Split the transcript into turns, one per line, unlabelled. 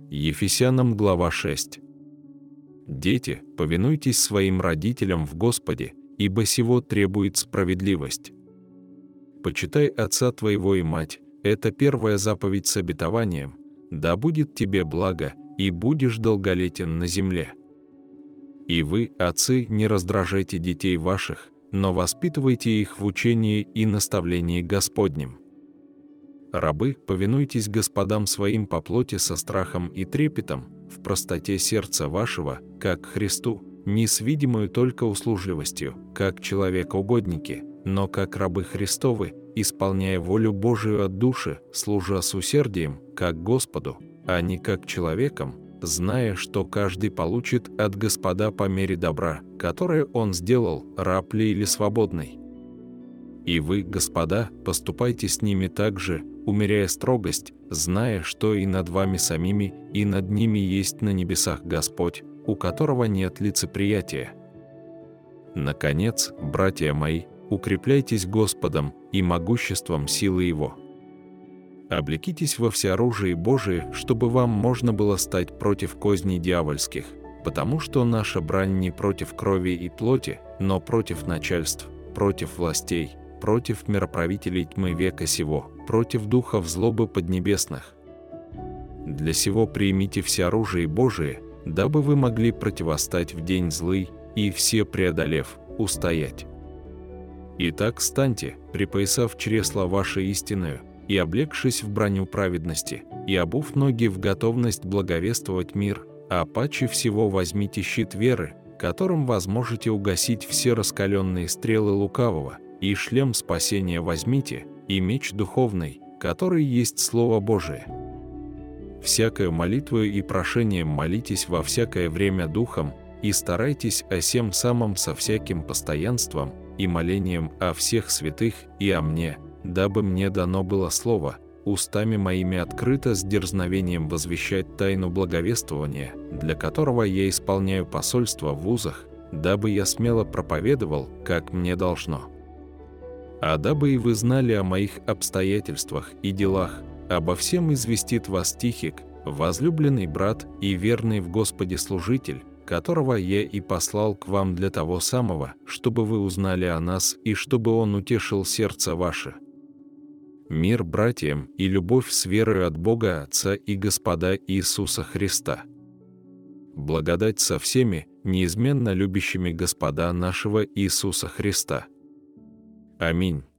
Ефесянам глава 6. Дети, повинуйтесь своим родителям в Господе, ибо сего требует справедливость. Почитай отца твоего и мать, это первая заповедь с обетованием, да будет тебе благо, и будешь долголетен на земле. И вы, отцы, не раздражайте детей ваших, но воспитывайте их в учении и наставлении Господнем. Рабы, повинуйтесь господам своим по плоти со страхом и трепетом, в простоте сердца вашего, как Христу, не с видимою только услужливостью, как человекоугодники, но как рабы Христовы, исполняя волю Божию от души, служа с усердием, как Господу, а не как человеком, зная, что каждый получит от Господа по мере добра, которое он сделал, раб ли или свободный. И вы, господа, поступайте с ними так же, умеряя строгость, зная, что и над вами самими, и над ними есть на небесах Господь, у которого нет лицеприятия. Наконец, братья мои, укрепляйтесь Господом и могуществом силы Его. Облекитесь во всеоружие Божие, чтобы вам можно было стать против козней дьявольских, потому что наша брань не против крови и плоти, но против начальств, против властей, против мироправителей тьмы века сего, против духов злобы поднебесных. Для сего примите всеоружие Божие, дабы вы могли противостать в день злый, и все преодолев, устоять. Итак, станьте, припоясав чресла ваше истинную, и облегшись в броню праведности, и обув ноги в готовность благовествовать мир, а паче всего возьмите щит веры, которым возможете угасить все раскаленные стрелы лукавого, и шлем спасения возьмите, и меч духовный, который есть Слово Божие. Всякою молитвою и прошением молитесь во всякое время духом, и старайтесь о сем самом со всяким постоянством и молением о всех святых и о мне, дабы мне дано было слово, устами моими открыто с дерзновением возвещать тайну благовествования, для которого я исполняю посольство в вузах, дабы я смело проповедовал, как мне должно. А дабы и вы знали о моих обстоятельствах и делах, обо всем известит вас Тихик, возлюбленный брат и верный в Господе служитель, которого я и послал к вам для того самого, чтобы вы узнали о нас и чтобы он утешил сердце ваше. Мир братьям и любовь с верою от Бога Отца и Господа Иисуса Христа. Благодать со всеми, неизменно любящими Господа нашего Иисуса Христа. Аминь.